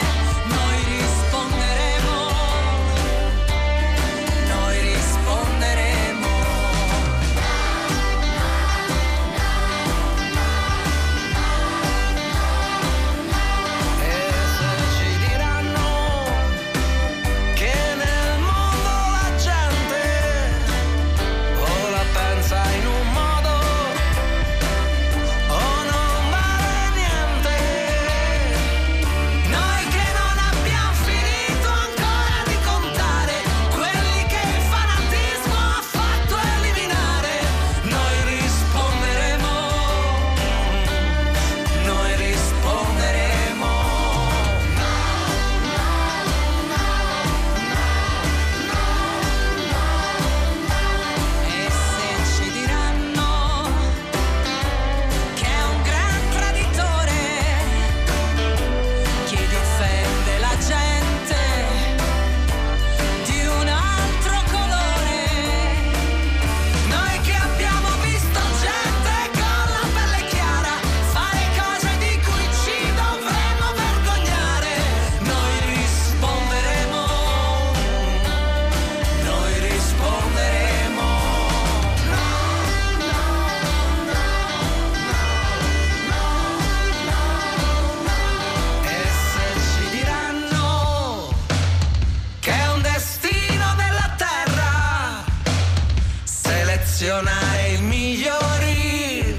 selezionare i migliori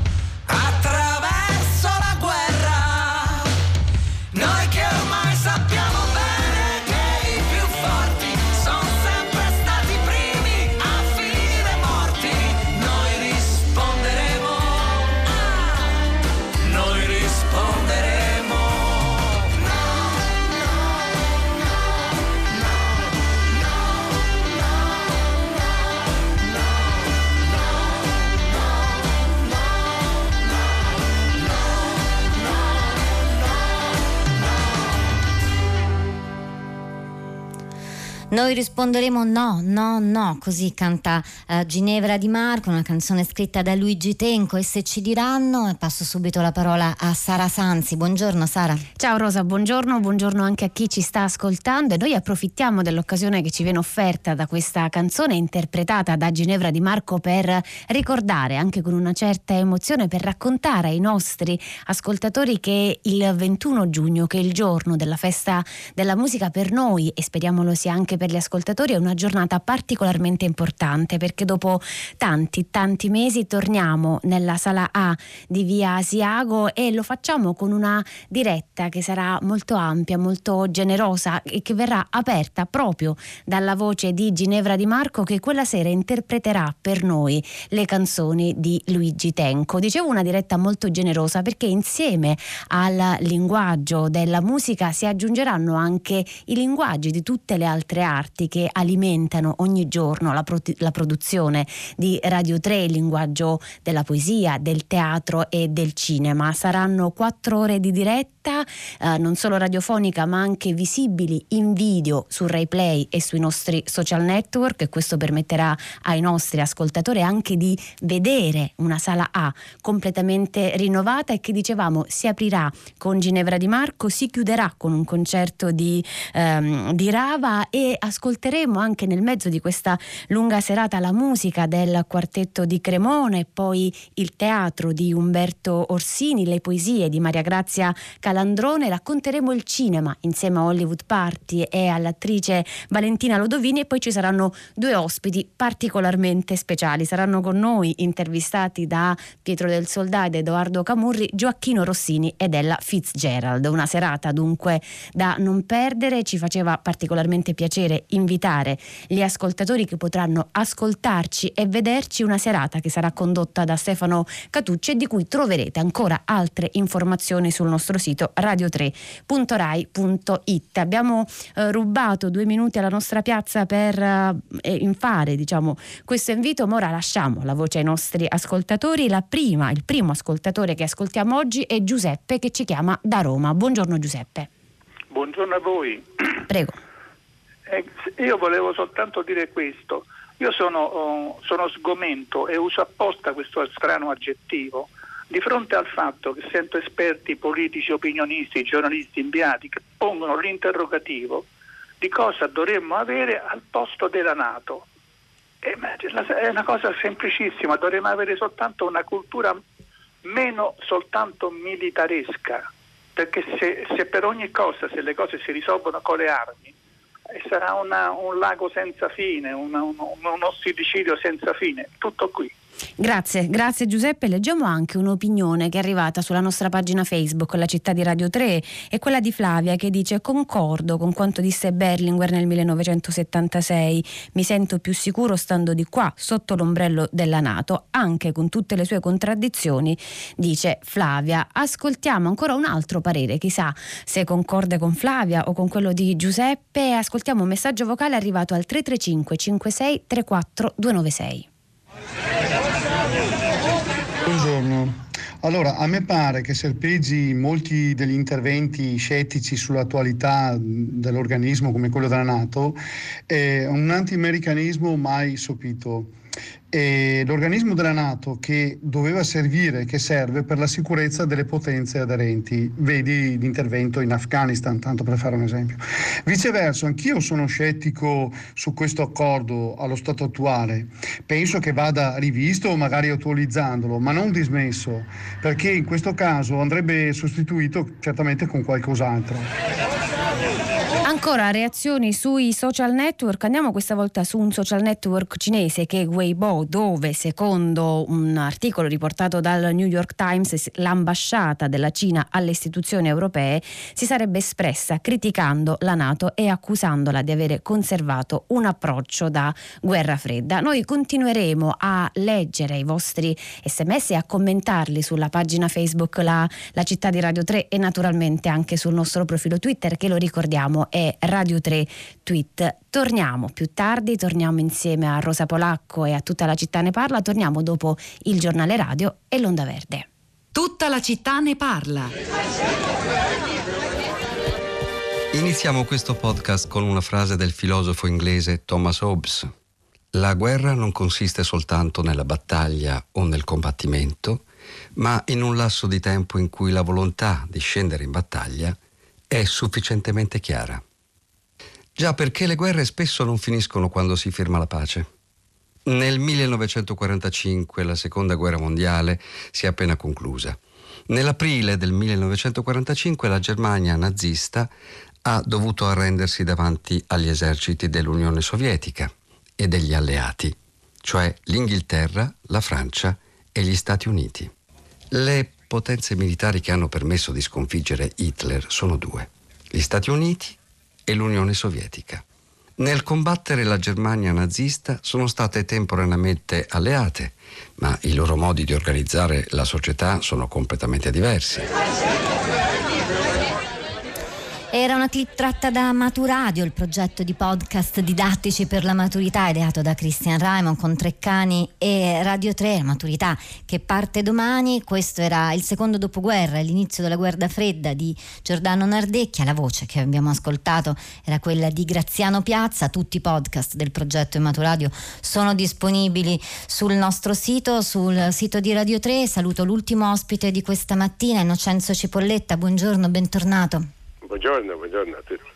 attraverso la guerra. Noi che ormai sappiamo bene che i più forti sono sempre stati i primi a finire morti. Noi risponderemo, ah, noi risponderemo. No, no, no, no, no, no, no, no, Noi risponderemo no, no, no, così canta uh, Ginevra Di Marco, una canzone scritta da Luigi Tenco. E se ci diranno, e passo subito la parola a Sara Sanzi. Buongiorno Sara. Ciao Rosa, buongiorno, buongiorno anche a chi ci sta ascoltando, e noi approfittiamo dell'occasione che ci viene offerta da questa canzone interpretata da Ginevra Di Marco per ricordare anche con una certa emozione, per raccontare ai nostri ascoltatori che il ventuno giugno, che è il giorno della festa della musica per noi e speriamo lo sia anche per per gli ascoltatori è una giornata particolarmente importante, perché dopo tanti tanti mesi torniamo nella sala A di via Asiago e lo facciamo con una diretta che sarà molto ampia, molto generosa e che verrà aperta proprio dalla voce di Ginevra Di Marco, che quella sera interpreterà per noi le canzoni di Luigi Tenco. Dicevo una diretta molto generosa perché insieme al linguaggio della musica si aggiungeranno anche i linguaggi di tutte le altre arti che alimentano ogni giorno la, pro- la produzione di Radio tre, il linguaggio della poesia, del teatro e del cinema. Saranno quattro ore di diretta, eh, non solo radiofonica ma anche visibili in video su Rai Play e sui nostri social network, e questo permetterà ai nostri ascoltatori anche di vedere una sala A completamente rinnovata e che, dicevamo, si aprirà con Ginevra Di Marco, si chiuderà con un concerto di, ehm, di Rava, e ascolteremo anche nel mezzo di questa lunga serata la musica del quartetto di Cremona e poi il teatro di Umberto Orsini, le poesie di Maria Grazia Calandrone. Racconteremo il cinema insieme a Hollywood Party e all'attrice Valentina Lodovini, e poi ci saranno due ospiti particolarmente speciali. Saranno con noi, intervistati da Pietro del Soldà ed Edoardo Camurri, Gioacchino Rossini ed Ella Fitzgerald. Una serata dunque da non perdere. Ci faceva particolarmente piacere invitare gli ascoltatori che potranno ascoltarci e vederci, una serata che sarà condotta da Stefano Catucci e di cui troverete ancora altre informazioni sul nostro sito radio tre punto rai punto it. Abbiamo eh, rubato due minuti alla nostra piazza per eh, fare, diciamo, questo invito, ma ora lasciamo la voce ai nostri ascoltatori. La prima, il primo ascoltatore che ascoltiamo oggi è Giuseppe, che ci chiama da Roma. Buongiorno Giuseppe. Buongiorno a voi. Prego. Eh, io volevo soltanto dire questo. Io sono, oh, sono sgomento, e uso apposta questo strano aggettivo, di fronte al fatto che sento esperti politici, opinionisti, giornalisti inviati che pongono l'interrogativo di cosa dovremmo avere al posto della NATO. È una cosa semplicissima, dovremmo avere soltanto una cultura meno soltanto militaresca, perché se, se per ogni cosa, se le cose si risolvono con le armi, sarà una, un lago senza fine, una, un, uno stillicidio senza fine, tutto qui. Grazie, grazie Giuseppe. Leggiamo anche un'opinione che è arrivata sulla nostra pagina Facebook, La Città di Radio tre, è quella di Flavia, che dice: concordo con quanto disse Berlinguer nel millenovecentosettantasei, mi sento più sicuro stando di qua sotto l'ombrello della NATO, anche con tutte le sue contraddizioni, dice Flavia. Ascoltiamo ancora un altro parere, chissà se concorde con Flavia o con quello di Giuseppe. Ascoltiamo un messaggio vocale arrivato al tre tre cinque cinque sei tre quattro due nove sei. Buongiorno. Allora, a me pare che serpeggi molti degli interventi scettici sull'attualità dell'organismo come quello della NATO è un anti-americanismo mai sopito. E l'organismo della NATO, che doveva servire, che serve per la sicurezza delle potenze aderenti, vedi l'intervento in Afghanistan, tanto per fare un esempio. Viceversa, anch'io sono scettico su questo accordo allo stato attuale, penso che vada rivisto, magari attualizzandolo, ma non dismesso, perché in questo caso andrebbe sostituito certamente con qualcos'altro. Ancora reazioni sui social network. Andiamo questa volta su un social network cinese che è Weibo, dove, secondo un articolo riportato dal New York Times, l'ambasciata della Cina alle istituzioni europee si sarebbe espressa criticando la NATO e accusandola di avere conservato un approccio da guerra fredda. Noi continueremo a leggere i vostri sms e a commentarli sulla pagina Facebook la, la Città di Radio tre e naturalmente anche sul nostro profilo Twitter, che, lo ricordiamo, è Radio tre Tweet. Torniamo più tardi, torniamo insieme a Rosa Polacco e a Tutta la città ne parla, torniamo dopo il giornale radio e l'Onda Verde. Tutta la città ne parla. Iniziamo questo podcast con una frase del filosofo inglese Thomas Hobbes. La guerra non consiste soltanto nella battaglia o nel combattimento, ma in un lasso di tempo in cui la volontà di scendere in battaglia è sufficientemente chiara. Già, perché le guerre spesso non finiscono quando si firma la pace. Nel millenovecentoquarantacinque la seconda guerra mondiale si è appena conclusa. Nell'aprile del millenovecentoquarantacinque la Germania nazista ha dovuto arrendersi davanti agli eserciti dell'Unione Sovietica e degli alleati, cioè l'Inghilterra, la Francia e gli Stati Uniti. Le potenze militari che hanno permesso di sconfiggere Hitler sono due: gli Stati Uniti e l'Unione Sovietica. Nel combattere la Germania nazista sono state temporaneamente alleate, ma i loro modi di organizzare la società sono completamente diversi. Era una clip tratta da Maturadio, il progetto di podcast didattici per la maturità ideato da Christian Raimond con Treccani e Radio tre, Maturità che parte domani. Questo era il secondo dopoguerra, l'inizio della guerra fredda di Giordano Nardecchia. La voce che abbiamo ascoltato era quella di Graziano Piazza. Tutti i podcast del progetto Maturadio sono disponibili sul nostro sito, sul sito di Radio tre. Saluto l'ultimo ospite di questa mattina, Innocenzo Cipolletta. Buongiorno, bentornato. Buongiorno, buongiorno a tutti.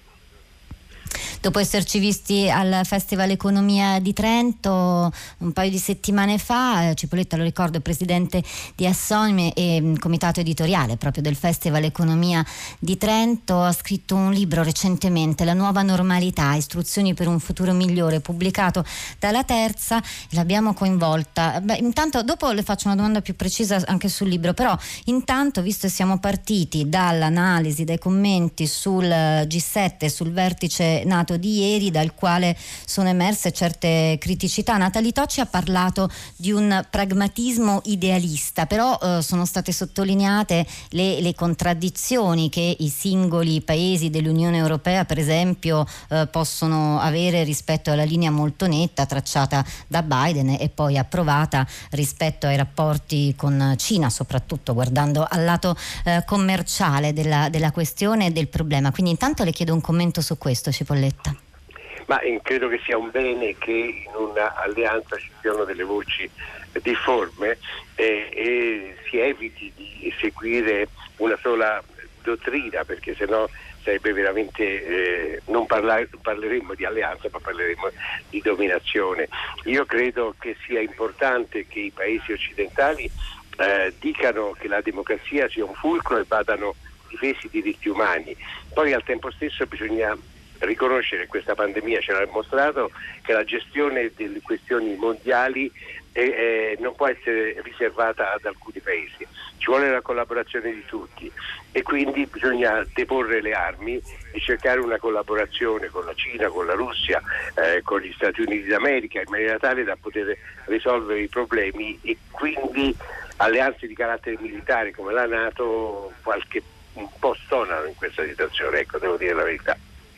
Dopo esserci visti al Festival Economia di Trento un paio di settimane fa, Cipolletta, lo ricordo, è presidente di Assonime e comitato editoriale proprio del Festival Economia di Trento, ha scritto un libro recentemente, La nuova normalità, istruzioni per un futuro migliore, pubblicato dalla Terza, e l'abbiamo coinvolta. Beh, intanto dopo le faccio una domanda più precisa anche sul libro, però intanto, visto che siamo partiti dall'analisi, dai commenti sul G sette, sul vertice NATO di ieri, dal quale sono emerse certe criticità, Natali Tocci ha parlato di un pragmatismo idealista, però eh, sono state sottolineate le, le contraddizioni che i singoli paesi dell'Unione Europea, per esempio, eh, possono avere rispetto alla linea molto netta tracciata da Biden e poi approvata rispetto ai rapporti con Cina, soprattutto guardando al lato eh, commerciale della, della questione e del problema. Quindi intanto le chiedo un commento su questo, Cipolletta. Ma credo che sia un bene che in un'alleanza ci siano delle voci difforme eh, e si eviti di seguire una sola dottrina, perché sennò sarebbe veramente eh, non parla- parleremmo di alleanza, ma parleremmo di dominazione. Io credo che sia importante che i paesi occidentali eh, dicano che la democrazia sia un fulcro e vadano difesi i diritti umani. Poi al tempo stesso bisogna riconoscere, questa pandemia ce l'ha mostrato, che la gestione delle questioni mondiali eh, eh, non può essere riservata ad alcuni paesi, ci vuole la collaborazione di tutti e quindi bisogna deporre le armi e cercare una collaborazione con la Cina, con la Russia, eh, con gli Stati Uniti d'America, in maniera tale da poter risolvere i problemi, e quindi alleanze di carattere militare come la NATO qualche un po' stonano in questa situazione, ecco, devo dire la verità.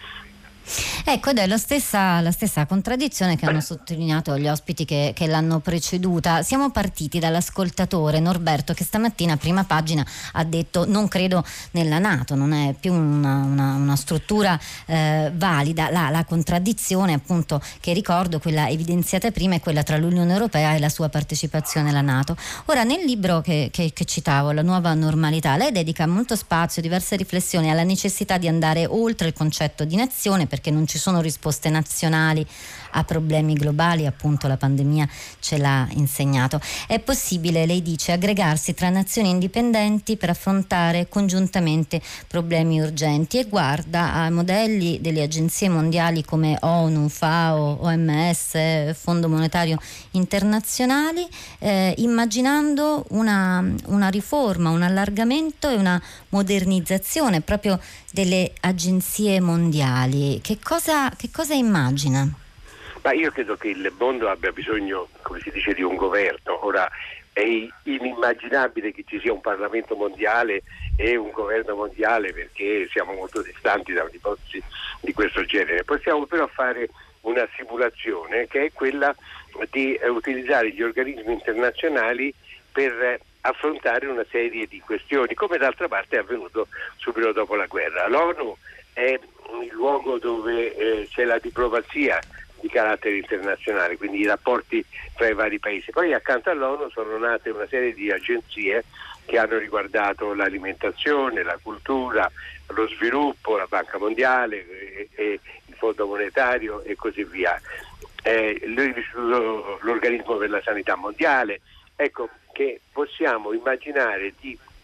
Ecco, ed è la stessa, la stessa contraddizione che hanno sottolineato gli ospiti che, che l'hanno preceduta. Siamo partiti dall'ascoltatore Norberto, che stamattina a prima pagina ha detto: non credo nella NATO, non è più una, una, una struttura eh, valida. La, la contraddizione, appunto, che ricordo, quella evidenziata prima, è quella tra l'Unione Europea e la sua partecipazione alla NATO. Ora, nel libro che, che, che citavo, La nuova normalità, lei dedica molto spazio, diverse riflessioni alla necessità di andare oltre il concetto di nazione, perché non ci sono risposte nazionali a problemi globali, appunto la pandemia ce l'ha insegnato. È possibile, lei dice, aggregarsi tra nazioni indipendenti per affrontare congiuntamente problemi urgenti, e guarda a modelli delle agenzie mondiali come ONU, FAO, O M S, Fondo Monetario Internazionale, eh, immaginando una, una riforma, un allargamento e una modernizzazione proprio delle agenzie mondiali. Che cosa, che cosa immagina? Ma io credo che il mondo abbia bisogno, come si dice, di un governo. Ora è inimmaginabile che ci sia un Parlamento mondiale e un governo mondiale, perché siamo molto distanti da un'ipotesi di questo genere. Possiamo però fare una simulazione, che è quella di utilizzare gli organismi internazionali per affrontare una serie di questioni, come d'altra parte è avvenuto subito dopo la guerra. L'ONU è il luogo dove eh, c'è la diplomazia di carattere internazionale, quindi i rapporti tra i vari paesi. Poi accanto all'ONU sono nate una serie di agenzie che hanno riguardato l'alimentazione, la cultura, lo sviluppo, la Banca Mondiale e, e il Fondo Monetario e così via. Eh, l'Organismo per la Sanità Mondiale. Ecco che possiamo immaginare di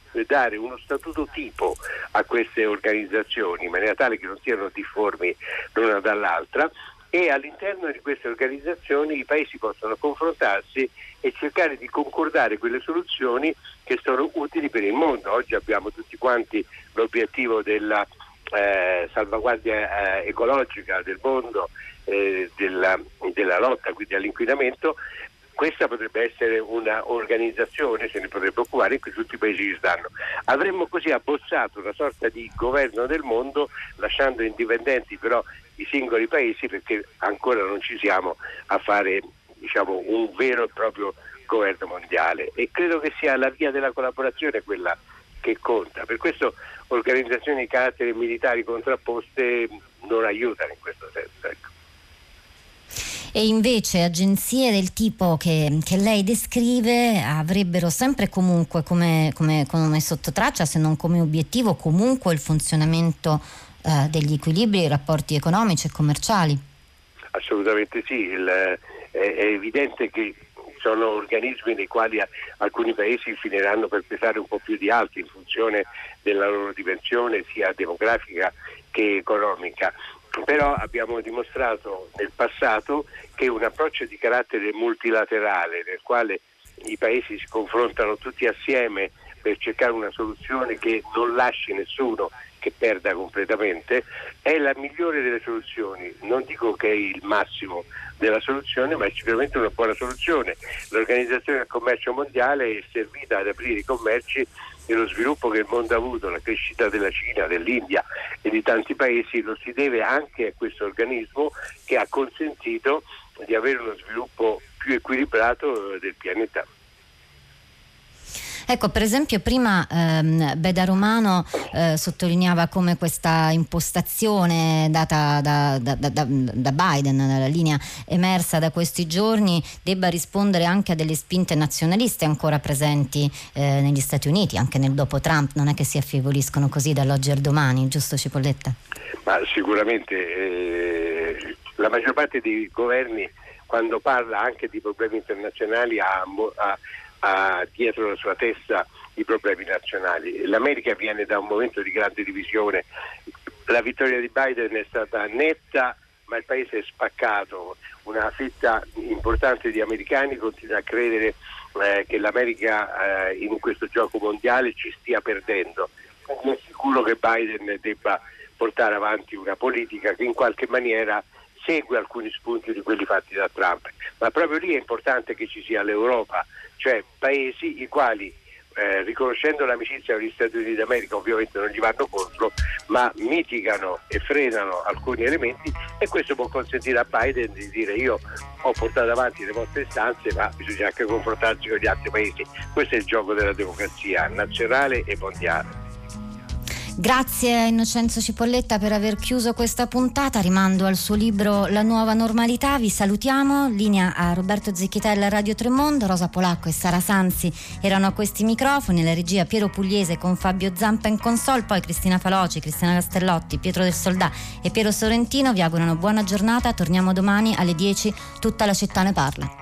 dare uno statuto tipo a queste organizzazioni in maniera tale che non siano difformi l'una dall'altra, e all'interno di queste organizzazioni i paesi possono confrontarsi e cercare di concordare quelle soluzioni che sono utili per il mondo. Oggi abbiamo tutti quanti l'obiettivo della eh, salvaguardia eh, ecologica del mondo, eh, della, della lotta quindi all'inquinamento. Questa potrebbe essere una organizzazione, se ne potrebbe occupare, in cui tutti i paesi ci stanno. Avremmo così abbozzato una sorta di governo del mondo, lasciando indipendenti però i singoli paesi, perché ancora non ci siamo a fare, diciamo, un vero e proprio governo mondiale, e credo che sia la via della collaborazione quella che conta. Per questo organizzazioni di carattere militari contrapposte non aiutano in questo senso, ecco. E invece agenzie del tipo che, che lei descrive avrebbero sempre e comunque come, come, come sottotraccia, se non come obiettivo, comunque il funzionamento eh, degli equilibri, i rapporti economici e commerciali. Assolutamente sì, il, è, è evidente che sono organismi nei quali a, alcuni paesi finiranno per pesare un po' più di altri in funzione della loro dimensione sia demografica che economica. Però abbiamo dimostrato nel passato che un approccio di carattere multilaterale, nel quale i paesi si confrontano tutti assieme per cercare una soluzione che non lasci nessuno che perda completamente, è la migliore delle soluzioni. Non dico che è il massimo della soluzione, ma è sicuramente una buona soluzione. L'Organizzazione del Commercio Mondiale è servita ad aprire i commerci, e lo sviluppo che il mondo ha avuto, la crescita della Cina, dell'India e di tanti paesi, lo si deve anche a questo organismo che ha consentito di avere uno sviluppo più equilibrato del pianeta. Ecco, per esempio prima ehm, Beda Romano eh, sottolineava come questa impostazione data da, da, da, da Biden, la linea emersa da questi giorni, debba rispondere anche a delle spinte nazionaliste ancora presenti eh, negli Stati Uniti, anche nel dopo Trump. Non è che si affievoliscono così dall'oggi al domani, giusto Cipolletta? Ma sicuramente eh, la maggior parte dei governi, quando parla anche di problemi internazionali, ha, ha ha dietro la sua testa i problemi nazionali. L'America viene da un momento di grande divisione. La vittoria di Biden è stata netta, ma il paese è spaccato. Una fetta importante di americani continua a credere eh, che l'America eh, in questo gioco mondiale ci stia perdendo. Quindi è sicuro che Biden debba portare avanti una politica che in qualche maniera segue alcuni spunti di quelli fatti da Trump, ma proprio lì è importante che ci sia l'Europa, cioè paesi i quali eh, riconoscendo l'amicizia con gli Stati Uniti d'America ovviamente non gli vanno contro, ma mitigano e frenano alcuni elementi, e questo può consentire a Biden di dire: io ho portato avanti le vostre istanze, ma bisogna anche confrontarsi con gli altri paesi. Questo è il gioco della democrazia nazionale e mondiale. Grazie a Innocenzo Cipolletta per aver chiuso questa puntata. Rimando al suo libro La nuova normalità. Vi salutiamo. Linea a Roberto Zecchitella, Radio Tremondo. Rosa Polacco e Sara Sanzi erano a questi microfoni, la regia Piero Pugliese con Fabio Zampa in console, poi Cristina Faloci, Cristiana Castellotti, Pietro del Soldà e Piero Sorrentino vi augurano buona giornata. Torniamo domani alle dieci. Tutta la città ne parla.